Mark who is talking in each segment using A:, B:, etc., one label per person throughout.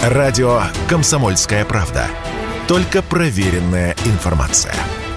A: Радио «Комсомольская правда». Только проверенная информация.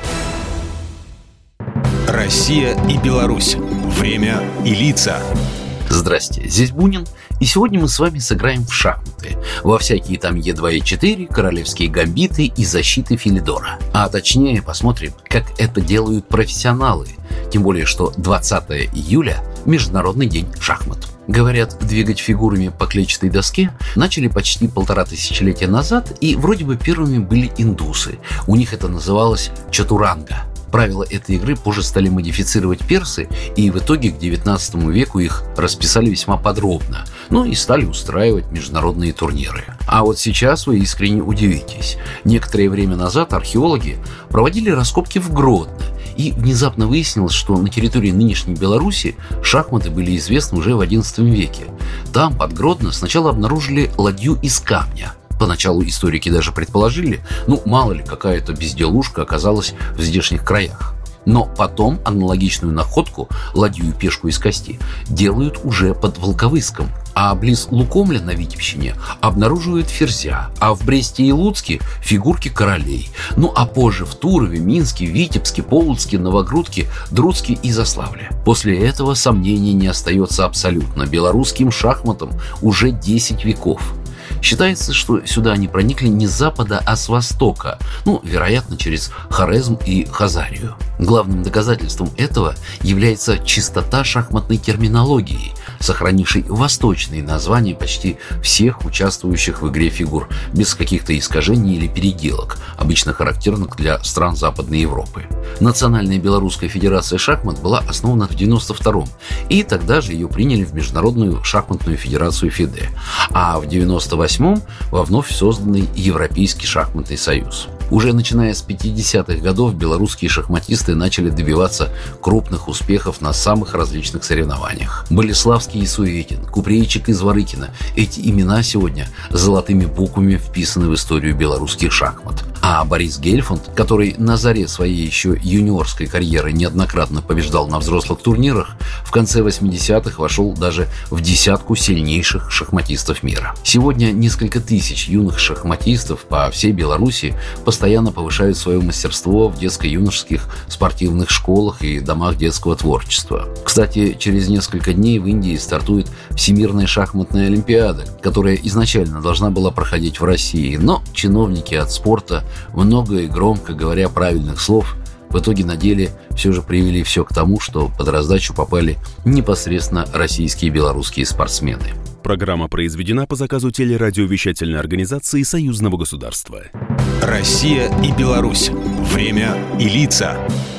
B: Россия и Беларусь. Время и лица.
C: Здрасте, здесь Бунин, и сегодня мы с вами сыграем в шахматы. Во всякие там Е2, Е4, королевские гамбиты и защиты Филидора. А точнее посмотрим, как это делают профессионалы. Тем более, что 20 июля – Международный день шахмат. Говорят, двигать фигурами по клетчатой доске начали почти 1500 назад, и вроде бы первыми были индусы. У них это называлось чатуранга. Правила этой игры позже стали модифицировать персы, и в итоге к 19 веку их расписали весьма подробно, и стали устраивать международные турниры. А вот сейчас вы искренне удивитесь. Некоторое время назад археологи проводили раскопки в Гродно, и внезапно выяснилось, что на территории нынешней Беларуси шахматы были известны уже в XI веке. Там, под Гродно, сначала обнаружили ладью из камня. Поначалу историки даже предположили, мало ли какая-то безделушка оказалась в здешних краях. Но потом аналогичную находку, ладью и пешку из кости, делают уже под Волковыском, а близ Лукомля на Витебщине обнаруживают ферзя, а в Бресте и Луцке – фигурки королей. А позже в Турове, Минске, Витебске, Полоцке, Новогрудке, Друцке и Заславле. После этого сомнений не остается абсолютно. Белорусским шахматам уже 10 веков. Считается, что сюда они проникли не с запада, а с востока, вероятно, через Хорезм и Хазарию. Главным доказательством этого является чистота шахматной терминологии, сохранившей восточные названия почти всех участвующих в игре фигур, без каких-то искажений или переделок, обычно характерных для стран Западной Европы. Национальная Белорусская Федерация шахмат была основана в 92-м, и тогда же ее приняли в Международную шахматную федерацию ФИДЕ, а в 98-м во вновь созданный Европейский шахматный союз. Уже начиная с 50-х годов белорусские шахматисты начали добиваться крупных успехов на самых различных соревнованиях. Болеславский и Суетин, Купрейчик и Зворыкина – эти имена сегодня золотыми буквами вписаны в историю белорусских шахмат. А Борис Гельфанд, который на заре своей еще юниорской карьеры неоднократно побеждал на взрослых турнирах, в конце 80-х вошел даже в десятку сильнейших шахматистов мира. Сегодня несколько тысяч юных шахматистов по всей Беларуси постоянно повышают свое мастерство в детско-юношеских спортивных школах и домах детского творчества. Кстати, через несколько дней в Индии стартует Всемирная шахматная олимпиада, которая изначально должна была проходить в России, но чиновники от спорта, много и громко говоря правильных слов, в итоге на деле все же привели все к тому, что под раздачу попали непосредственно российские и белорусские спортсмены.
B: Программа произведена по заказу телерадиовещательной организации Союзного государства. Россия и Беларусь. Время и лица.